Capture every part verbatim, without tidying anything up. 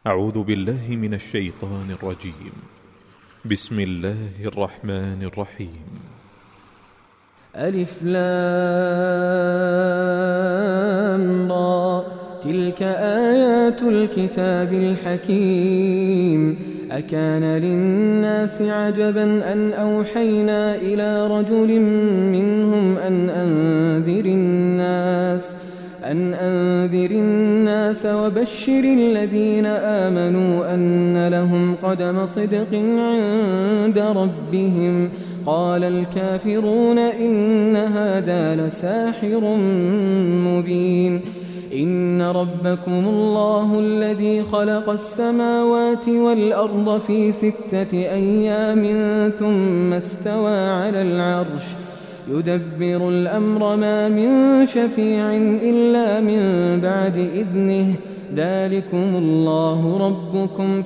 أعوذ بالله من الشيطان الرجيم. بسم الله الرحمن الرحيم. ألف لام را، تلك آيات الكتاب الحكيم. أكان للناس عجبا أن أوحينا إلى رجل منهم أن أنذر الناس أن أنذر الناس وبشر الذين آمنوا أن لهم قدم صدق عند ربهم. قال الكافرون إن هذا لساحر مبين. إن ربكم الله الذي خلق السماوات والأرض في ستة أيام ثم استوى على العرش يدبر الأمر ما من شفيع إلا من بعد إذنه. ذلكم الله ربكم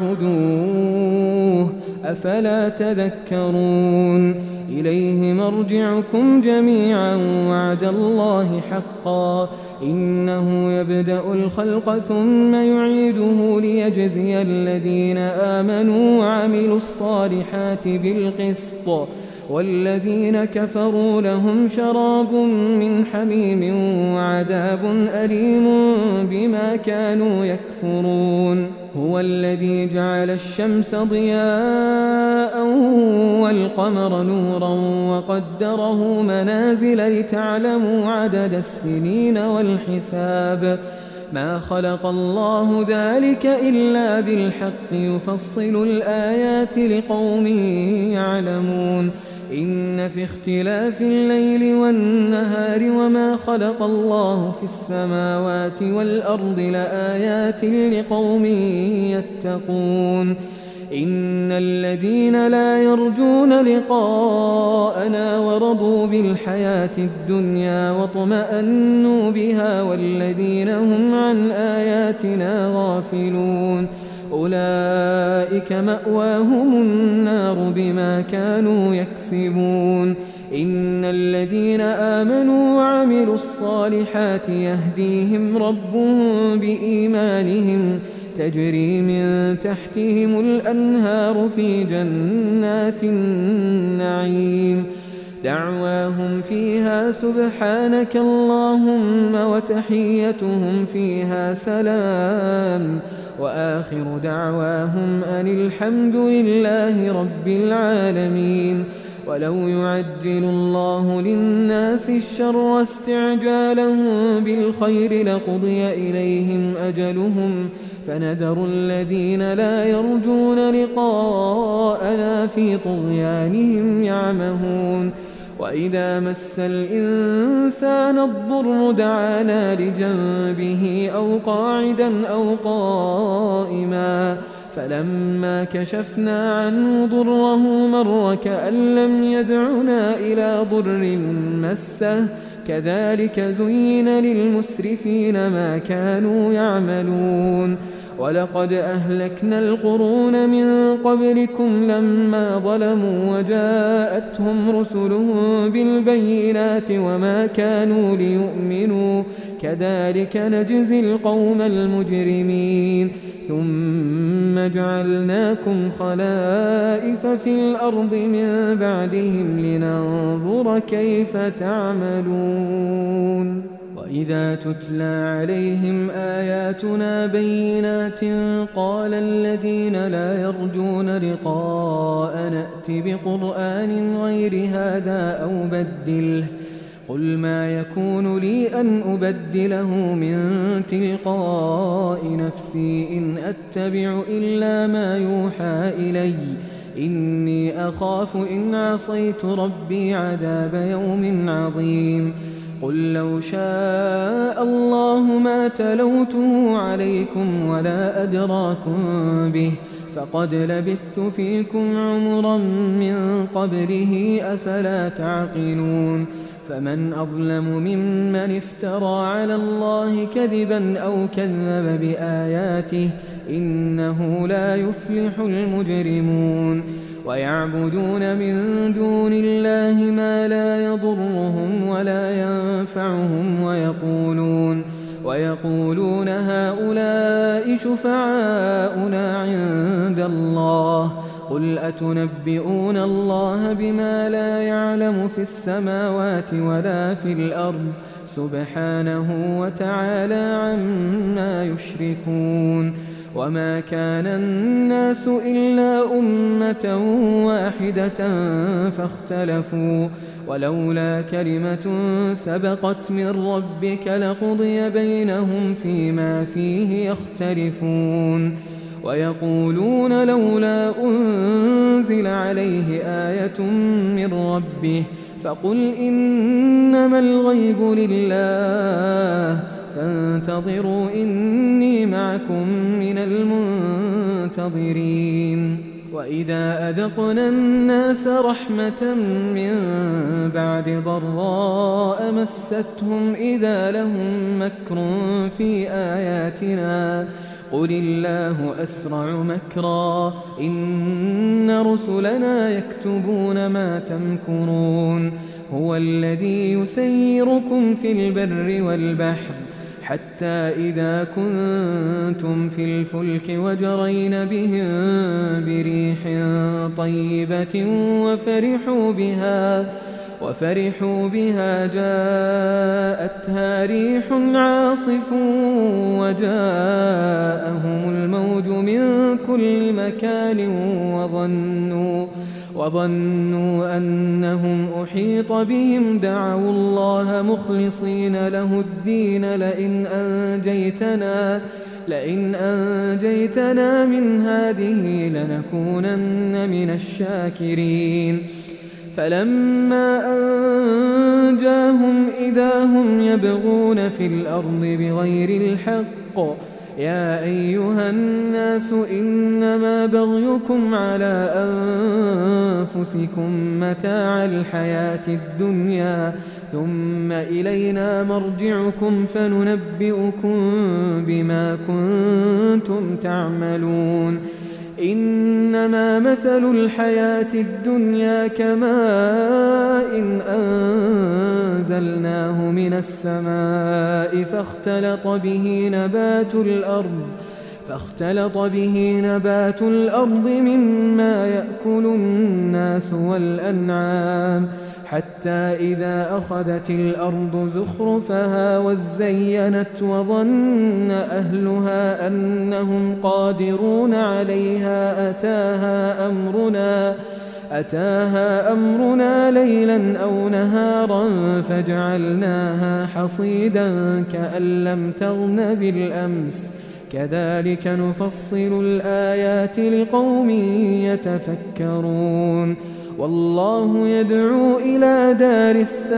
فاعبدوه أفلا تذكرون. إليه مرجعكم جميعا وعد الله حقا إنه يبدأ الخلق ثم يعيده ليجزي الذين آمنوا وعملوا الصالحات بالقسط والذين كفروا لهم شراب من حميم وعذاب أليم بما كانوا يكفرون. هو الذي جعل الشمس ضياء والقمر نورا وقدره منازل لتعلموا عدد السنين والحساب. ما خلق الله ذلك إلا بالحق يفصل الآيات لقوم يعلمون. إن في اختلاف الليل والنهار وما خلق الله في السماوات والأرض لآيات لقوم يتقون. إن الذين لا يرجون لقاءنا ورضوا بالحياة الدنيا واطمأنوا بها والذين هم عن آياتنا غافلون أولئك مأواهم النار بما كانوا يكسبون. إن الذين آمنوا وعملوا الصالحات يهديهم ربهم بإيمانهم تجري من تحتهم الأنهار في جنات النعيم. دعواهم فيها سبحانك اللهم وتحيتهم فيها سلام وآخر دعواهم أن الحمد لله رب العالمين. ولو يعجل الله للناس الشر استعجالهم بالخير لقضي إليهم أجلهم فنذر الذين لا يرجون لقاءنا في طغيانهم يعمهون. وإذا مس الإنسان الضر دعانا لجنبه أو قاعدا أو قائما فلما كشفنا عنه ضره مر كأن لم يدعنا إلى ضر مسه كذلك زين للمسرفين ما كانوا يعملون. ولقد أهلكنا القرون من قبلكم لما ظلموا وجاءتهم رسلهم بالبينات وما كانوا ليؤمنوا كذلك نجزي القوم المجرمين. ثم جعلناكم خلائف في الأرض من بعدهم لننظر كيف تعملون. وإذا تتلى عليهم آياتنا بينات قال الذين لا يرجون لقاءنا ائت بقرآن غير هذا أو بدله قل ما يكون لي أن أبدله من تلقاء نفسي إن أتبع إلا ما يوحى إلي إني أخاف إن عصيت ربي عذاب يوم عظيم. قل لو شاء الله ما تلوته عليكم ولا أدراكم به فقد لبثت فيكم عمرا من قبله أفلا تعقلون. فمن أظلم ممن افترى على الله كذبا أو كذب بآياته إنه لا يفلح المجرمون. ويعبدون من دون الله ما لا يضرهم ولا ينفعهم ويقولون ويقولون هؤلاء شفعاؤنا عند الله قل أتنبئون الله بما لا يعلم في السماوات ولا في الأرض سبحانه وتعالى عما يشركون وما كان الناس إلا أمة واحدة فاختلفوا ولولا كلمة سبقت من ربك لقضي بينهم فيما فيه يختلفون ويقولون لولا أنزل عليه آية من ربه فقل إنما الغيب لله فانتظروا إني معكم من المنتظرين وإذا أذقنا الناس رحمة من بعد ضراء مستهم إذا لهم مكر في آياتنا قل الله أسرع مكرا إن رسلنا يكتبون ما تمكرون هو الذي يسيركم في البر والبحر حتى إذا كنتم في الفلك وجرين بهم بريح طيبة وفرحوا بها وفرحوا بها جاءتها ريح عاصف وجاءهم الموج من كل مكان وظنوا وظنوا أنهم أحيط بهم دعوا الله مخلصين له الدين لئن أنجيتنا لئن أنجيتنا من هذه لنكونن من الشاكرين فلما أنجاهم إذا هم يبغون في الأرض بغير الحق يا أيها الناس إنما بغيكم على أنفسكم متاع الحياة الدنيا ثم إلينا مرجعكم فننبئكم بما كنتم تعملون إنما مثل الحياة الدنيا كماء إن أنزلناه من السماء فاختلط به نبات الأرض فاختلط به نبات الأرض مما يأكل الناس والأنعام حتى إذا أخذت الأرض زخرفها وزينت وظن أهلها أنهم قادرون عليها أتاها أمرنا أتاها أمرنا ليلا أو نهارا فجعلناها حصيدا كأن لم تغن بالأمس كذلك نفصل الآيات لقوم يتفكرون والله يدعو إلى دار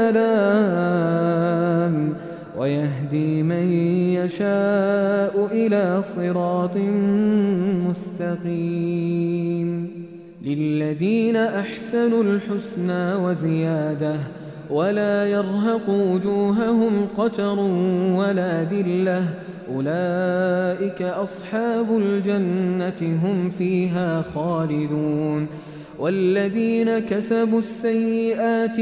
السلام ويهدي من يشاء إلى صراط مستقيم للذين أحسنوا الحسنى وزيادة ولا يرهق وجوههم قتر ولا ذلة أولئك أصحاب الجنة هم فيها خالدون والذين كسبوا السيئات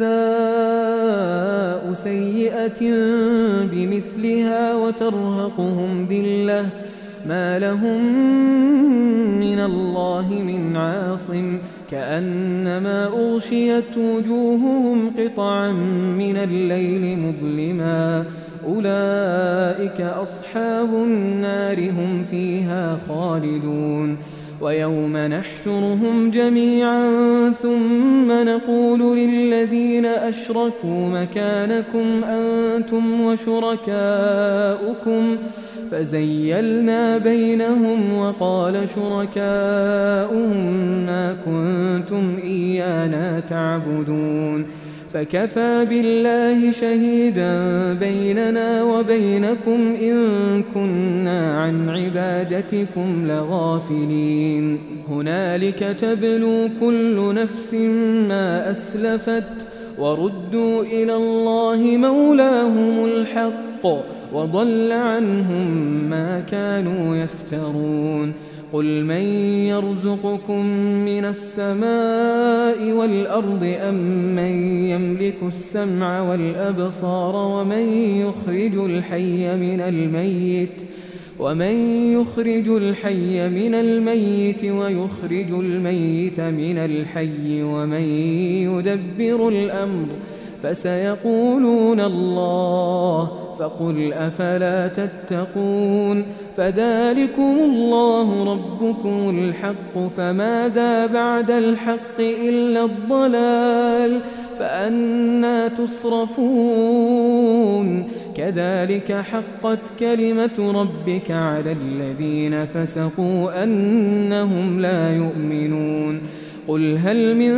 جزاء سيئة بمثلها وترهقهم ذلة ما لهم من الله من عاصم كأنما أغشيت وجوههم قطعا من الليل مظلما أولئك أصحاب النار هم فيها خالدون ويوم نحشرهم جميعا ثم نقول للذين أشركوا مكانكم أنتم وشركاؤكم فزيلنا بينهم وقال شركاؤهم ما كنتم إيانا تعبدون فكفى بالله شهيدا بيننا وبينكم إن كنا عن عبادتكم لغافلين هنالك تبلو كل نفس ما أسلفت وردوا إلى الله مولاهم الحق وضل عنهم ما كانوا يفترون قل من يرزقكم من السماء والأرض أم من يملك السمع والأبصار ومن يخرج الحي من الميت ومن يخرج الحي من الميت ويخرج الميت من الحي ومن يدبر الأمر فسيقولون الله فقل أفلا تتقون فذلكم الله ربكم الحق فماذا بعد الحق إلا الضلال فأنى تصرفون كذلك حقت كلمة ربك على الذين فسقوا أنهم لا يؤمنون قل هل من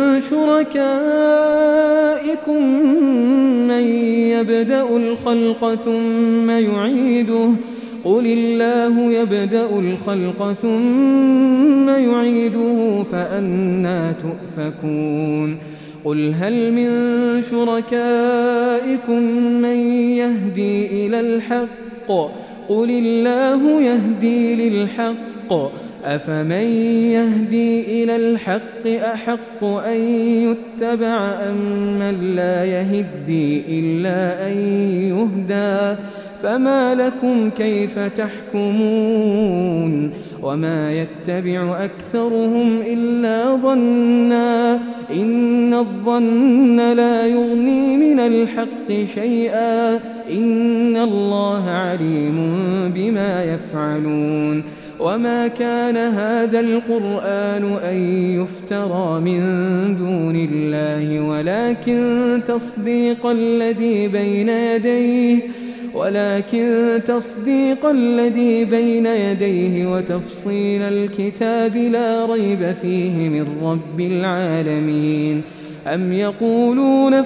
شركائكم من يبدأ الخلق ثم يعيده قل الله يبدأ الخلق ثم يعيده فأنى تؤفكون قل هل من شركائكم من يهدي إلى الحق قل الله يهدي للحق أفمن يهدي إلى الحق أحق أن يتبع أم من لا يهدي إلا أن يهدى فما لكم كيف تحكمون وما يتبع أكثرهم إلا ظنا إن الظن لا يغني من الحق شيئا إن الله عليم بما يفعلون وما كان هذا القرآن أن يفترى من دون الله ولكن تصديق الذي بين يديه ولكن تصديق الذي بين يديه وتفصيل الكتاب لا ريب فيه من رب العالمين أم يقولون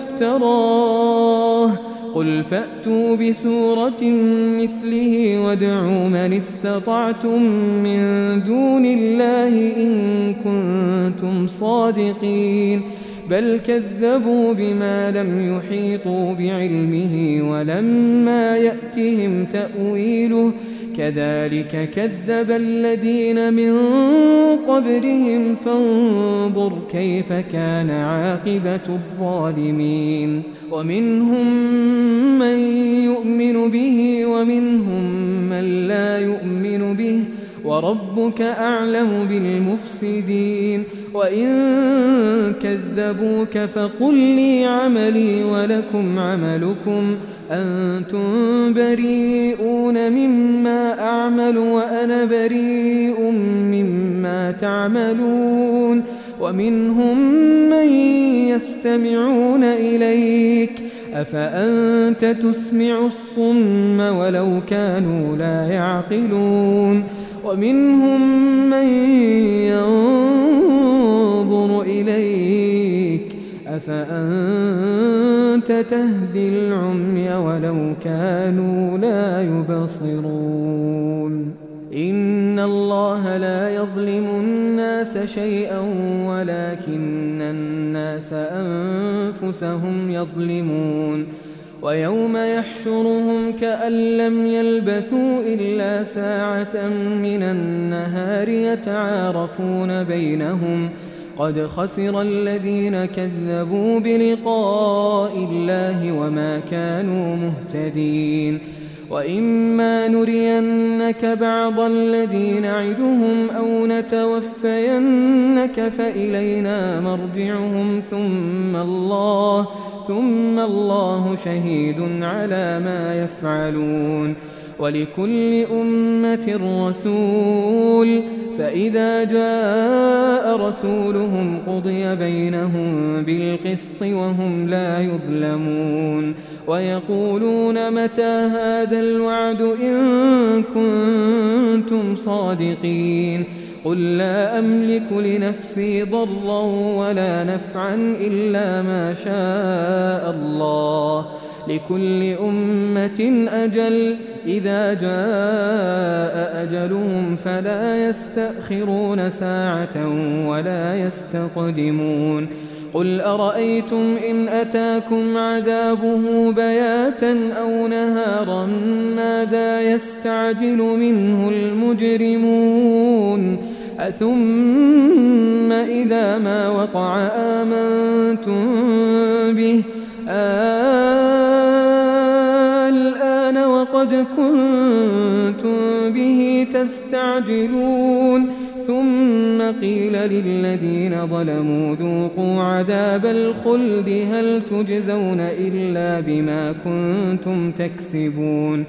افتراه قل فأتوا بسورة مثله وادعوا من استطعتم من دون الله إن كنتم صادقين بل كذبوا بما لم يحيطوا بعلمه ولما يأتهم تأويله كذلك كذب الذين من قبلهم فانظر كيف كان عاقبة الظالمين ومنهم من يؤمن به ومنهم من لا يؤمن به وربك أعلم بالمفسدين وإن كذبوك فقل لي عملي ولكم عملكم أنتم بريئون مما أعمل وأنا بريء مما تعملون ومنهم من يستمعون إليك أفأنت تسمع الصم ولو كانوا لا يعقلون ومنهم من ينظر إليك أفأنت تهدي العمي ولو كانوا لا يبصرون إن الله لا يظلم الناس شيئا ولكن الناس أنفسهم يظلمون ويوم يحشرهم كأن لم يلبثوا إلا ساعة من النهار يتعارفون بينهم قد خسر الذين كذبوا بلقاء الله وما كانوا مهتدين وإما نرينك بعض الذي نعدهم أو نتوفينك فإلينا مرجعهم ثم الله ثم الله شهيد على ما يفعلون ولكل أمة رسول فإذا جاء رسولهم قضي بينهم بالقسط وهم لا يظلمون ويقولون متى هذا الوعد إن كنتم صادقين قل لا أملك لنفسي ضرا ولا نفعا إلا ما شاء الله لكل أمة أجل إذا جاء أجلهم فلا يستأخرون ساعة ولا يستقدمون قل أرأيتم إن أتاكم عذابه بياتا أو نهارا ماذا يستعجل منه المجرمون أثم إذا ما وقع آمنتم به الآن وقد كنتم به تستعجلون ثم قيل للذين ظلموا ذوقوا عذاب الخلد هل تجزون إلا بما كنتم تكسبون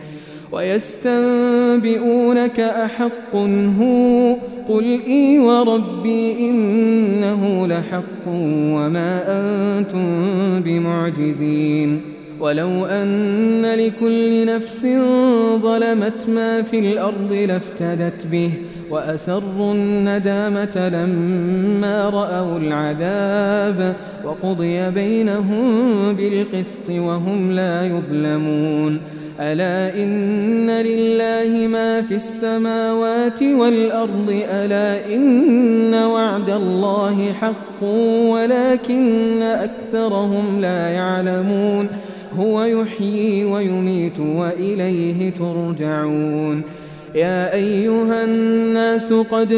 ويستنبئونك أحق هو قل إي وربي إنه لحق وما أنتم بمعجزين ولو أن لكل نفس ظلمت ما في الأرض لافتدت به وأسروا الندامة لما رأوا العذاب وقضي بينهم بالقسط وهم لا يظلمون ألا إن لله ما في السماوات والأرض ألا إن وعد الله حق ولكن أكثرهم لا يعلمون هو يحيي ويميت وإليه ترجعون يا أيها الناس قد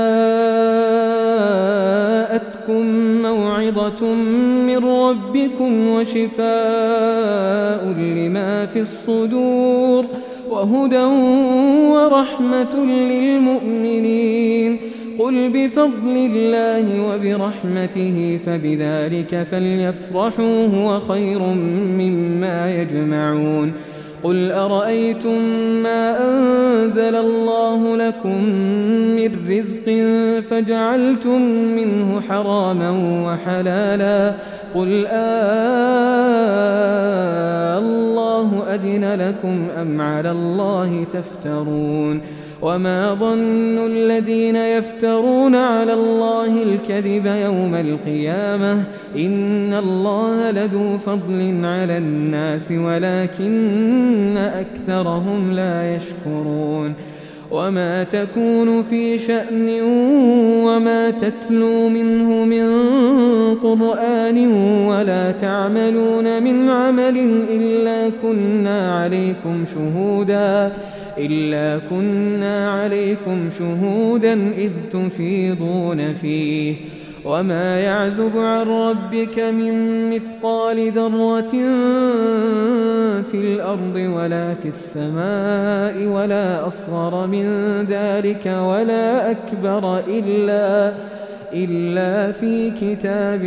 جاءتكم موعظة من ربكم وشفاء لما في الصدور وهدى ورحمة للمؤمنين قل بفضل الله وبرحمته فبذلك فليفرحوا هو خير مما يجمعون قل أرأيتم ما أنزل الله لكم من رزق فجعلتم منه حراما وحلالا قل آه الله أذن لكم أم على الله تفترون وما ظن الذين يفترون على الله الكذب يوم القيامة إن الله لذو فضل على الناس ولكن أكثرهم لا يشكرون وما تكون في شأن وما تتلو منه من قرآن ولا تعملون من عمل إلا كنا عليكم شهودا إلا كنا عليكم شهودا إذ تفيضون فيه وما يعزب عن ربك من مثقال ذرة في الأرض ولا في السماء ولا أصغر من ذلك ولا أكبر إلا إلا في كتاب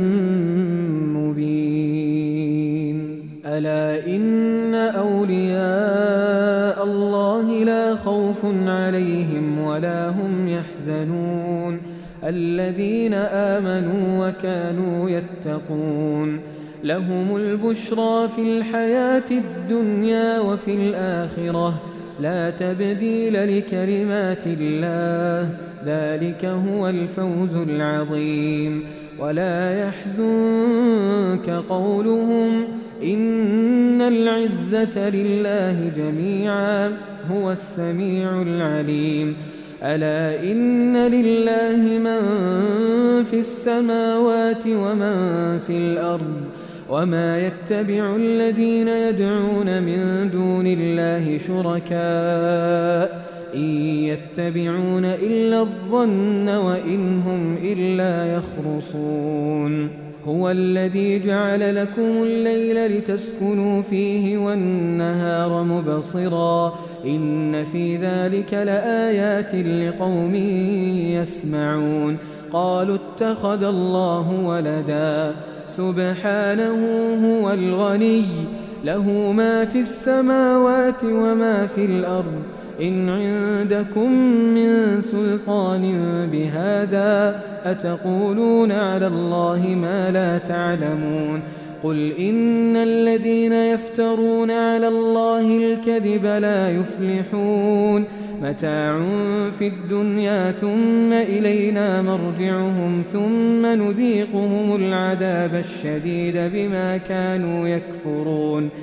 مبين ألا إن أولياء الله لا خوف عليهم ولا هم يحزنون الذين آمنوا وكانوا يتقون لهم البشرى في الحياة الدنيا وفي الآخرة لا تبديل لكلمات الله ذلك هو الفوز العظيم ولا يحزنك قولهم إن العزة لله جميعا هو السميع العليم ألا إن لله من في السماوات ومن في الأرض وما يتبع الذين يدعون من دون الله شركاء إن يتبعون إلا الظن وإن هم إلا يخرصون هو الذي جعل لكم الليل لتسكنوا فيه والنهار مبصرا إن في ذلك لآيات لقوم يسمعون قالوا اتخذ الله ولدا سبحانه هو الغني له ما في السماوات وما في الأرض إن عندكم من سلطان بهذا أتقولون على الله ما لا تعلمون قل إن الذين يفترون على الله الكذب لا يفلحون متاع في الدنيا ثم إلينا مرجعهم ثم نذيقهم العذاب الشديد بما كانوا يكفرون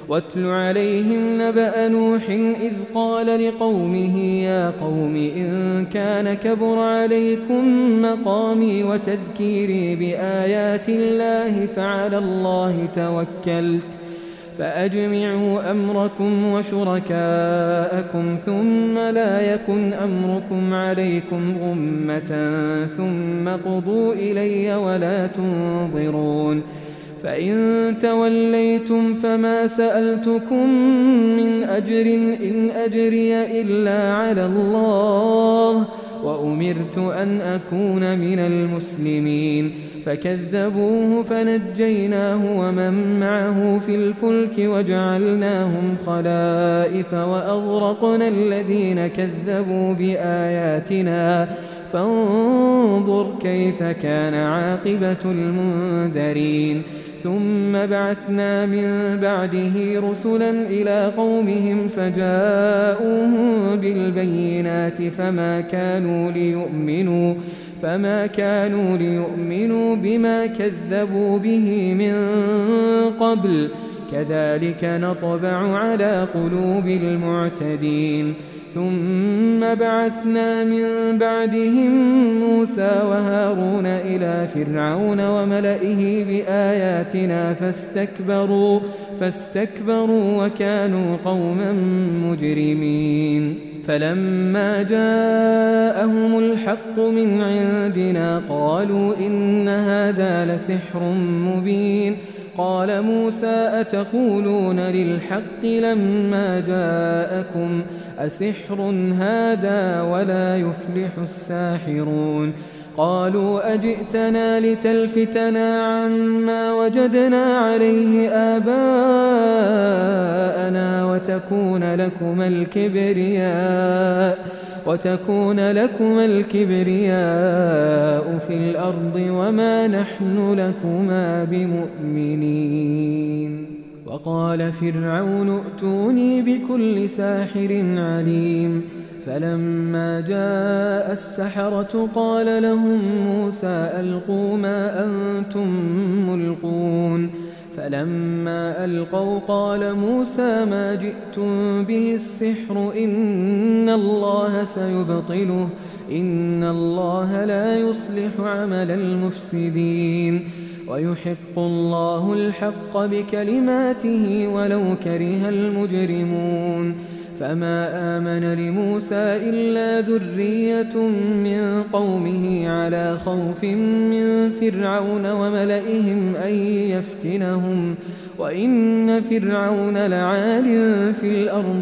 واتل عليهم نبأ نوح إذ قال لقومه يا قوم إن كان كبر عليكم مقامي وتذكيري بآيات الله فعلى الله توكلت فأجمعوا أمركم وشركاءكم ثم لا يكن أمركم عليكم غمة ثم قضوا إلي ولا تنظرون فإن توليتم فما سألتكم من أجر إن أجري إلا على الله وأمرت أن أكون من المسلمين فكذبوه فنجيناه ومن معه في الفلك وجعلناهم خلائف وأغرقنا الذين كذبوا بآياتنا فانظر كيف كان عاقبة المنذرين ثم بعثنا من بعده رسلا إلى قومهم فجاءوهم بالبينات فما كانوا ليؤمنوا فما كانوا ليؤمنوا بما كذبوا به من قبل كذلك نطبع على قلوب المعتدين ثم بعثنا من بعدهم موسى وهارون إلى فرعون وملئه بآياتنا فاستكبروا فاستكبروا وكانوا قوما مجرمين فلما جاءهم الحق من عندنا قالوا إن هذا لسحر مبين قال موسى أتقولون للحق لما جاءكم أسحر هذا ولا يفلح الساحرون قالوا أجئتنا لتلفتنا عما وجدنا عليه آباءنا وتكون لكما الكبرياء وتكون لكما الكبرياء في الأرض وما نحن لكما بمؤمنين وقال فرعون ائتوني بكل ساحر عليم فلما جاء السحرة قال لهم موسى ألقوا ما أنتم ملقون فلما ألقوا قال موسى ما جئتم به السحر إن الله سيبطله إن الله لا يصلح عمل المفسدين ويحق الله الحق بكلماته ولو كره المجرمون فما آمن لموسى إلا ذرية من قومه على خوف من فرعون وملئهم أن يفتنهم وإن فرعون لعال في الأرض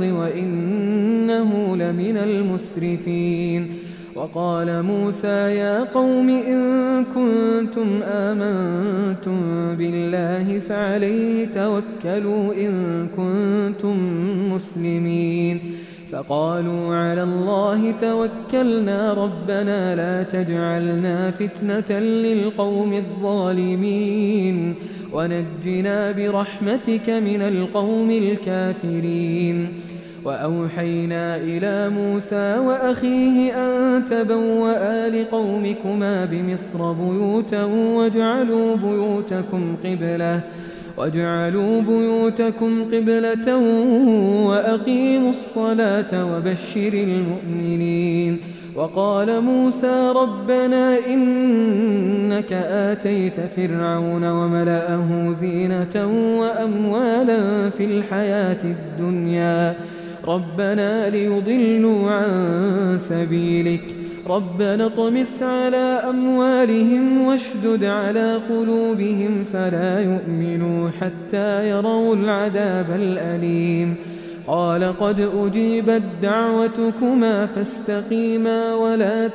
وإنه لمن المسرفين وقال موسى يا قوم إن كنتم آمنتم بالله فعليه توكلوا إن كنتم مسلمين فقالوا على الله توكلنا ربنا لا تجعلنا فتنة للقوم الظالمين ونجنا برحمتك من القوم الكافرين وأوحينا إلى موسى وأخيه أن تبوأ لقومكما بمصر بيوتا واجعلوا بيوتكم قبلة واجعلوا بيوتكم قبلة وأقيموا الصلاة وبشر المؤمنين وقال موسى ربنا إنك آتيت فرعون وملأه زينة وأموالا في الحياة الدنيا ربنا ليضلوا عن سبيلك ربنا اطمس على أموالهم واشدد على قلوبهم فلا يؤمنوا حتى يروا العذاب الأليم قال قد أجيبت دعوتكما فاستقيما ولا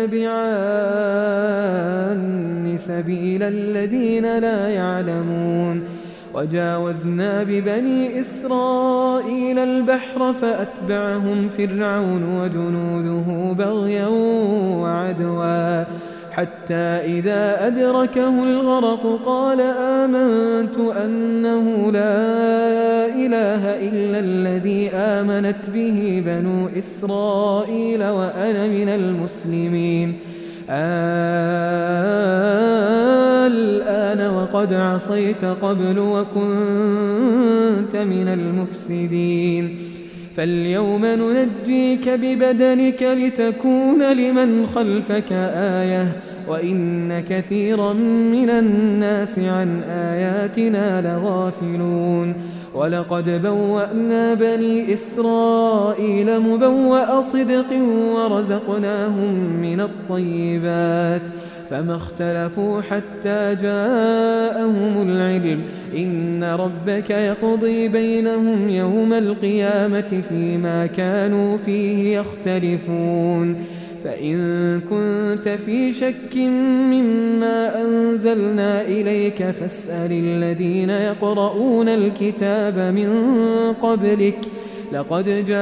تتبعان سبيل الذين لا يعلمون وجاوزنا ببني إسرائيل البحر فأتبعهم فرعون وجنوده بغيا وعدوا حتى إذا أدركه الغرق قال آمنت أنه لا إله إلا الذي آمنت به بنو إسرائيل وأنا من المسلمين الآن وقد عصيت قبل وكنت من المفسدين فاليوم ننجيك ببدنك لتكون لمن خلفك آية وإن كثيرا من الناس عن آياتنا لغافلون ولقد بوأنا بني إسرائيل مبوأ صدق ورزقناهم من الطيبات فما اختلفوا حتى جاءهم العلم إن ربك يقضي بينهم يوم القيامة فيما كانوا فيه يختلفون فإن كنت في شك مما أنزلنا إليك فاسأل الذين يقرؤون الكتاب من قبلك لقد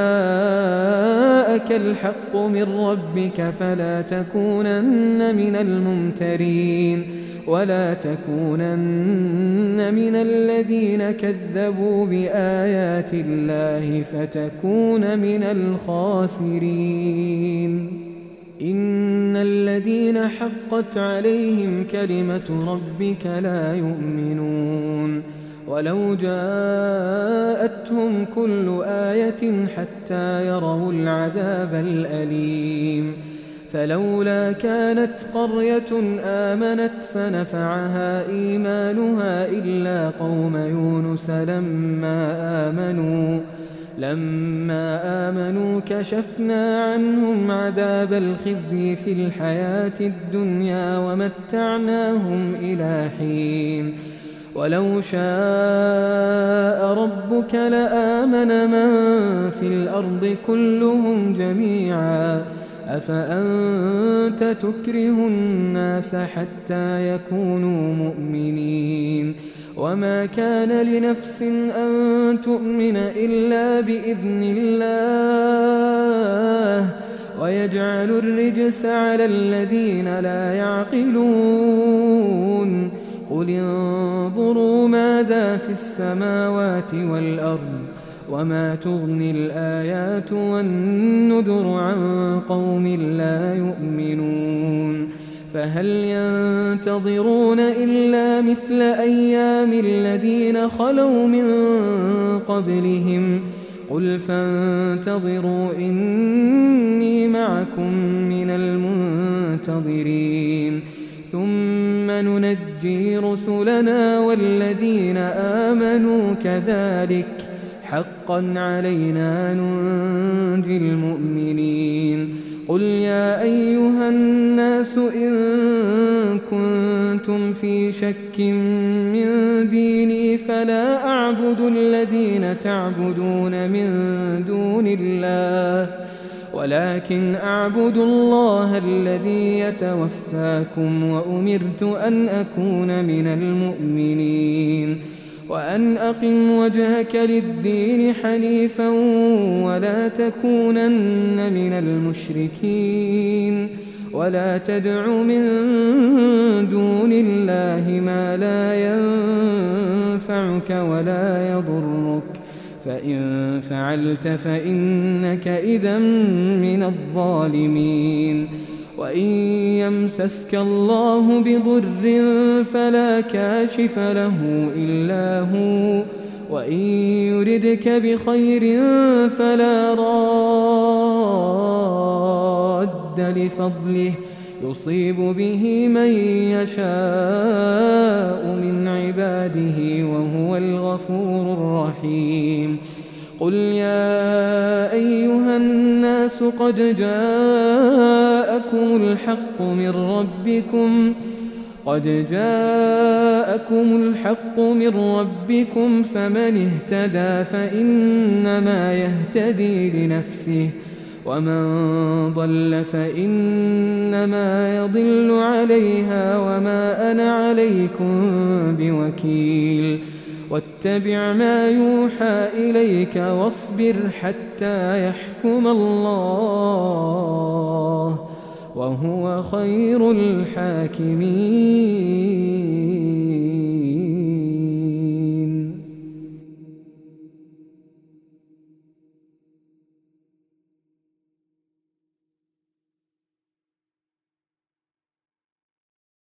جاءك الحق من ربك فلا تكونن من الممترين ولا تكونن من الذين كذبوا بآيات الله فتكون من الخاسرين إن الذين حقت عليهم كلمة ربك لا يؤمنون ولو جاءتهم كل آية حتى يروا العذاب الأليم فلولا كانت قرية آمنت فنفعها إيمانها إلا قوم يونس لما آمنوا لما آمنوا كشفنا عنهم عذاب الخزي في الحياة الدنيا ومتعناهم إلى حين ولو شاء ربك لآمن من في الأرض كلهم جميعا أفأنت تكره الناس حتى يكونوا مؤمنين وما كان لنفس أن تؤمن إلا بإذن الله ويجعل الرجس على الذين لا يعقلون قل انظروا ماذا في السماوات والأرض وما تغني الآيات والنذر عن قوم لا يؤمنون فهل ينتظرون إلا مثل أيام الذين خلوا من قبلهم قل فانتظروا إني معكم من المنتظرين ثم ننجي رسلنا والذين آمنوا كذلك حقا علينا ننجي المؤمنين قل يا أيها الناس إن كنتم في شك من ديني فلا أعبد الذين تعبدون من دون الله ولكن أعبد الله الذي يتوفاكم وأمرت أن أكون من المؤمنين وأن أقم وجهك للدين حنيفا ولا تكونن من المشركين ولا تدع من دون الله ما لا ينفعك ولا يضرك فإن فعلت فإنك إذا من الظالمين وإن يمسسك الله بضر فلا كاشف له إلا هو وإن يردك بخير فلا راد لفضله يصيب به من يشاء من عباده وهو الغفور الرحيم قل يا أيها الناس قد جاءكم الحق من ربكم قد جاءكم الحق من ربكم فمن اهتدى فإنما يهتدي لنفسه ومن ضل فإنما يضل عليها وما أنا عليكم بوكيل واتبع ما يوحى إليك واصبر حتى يحكم الله وهو خير الحاكمين.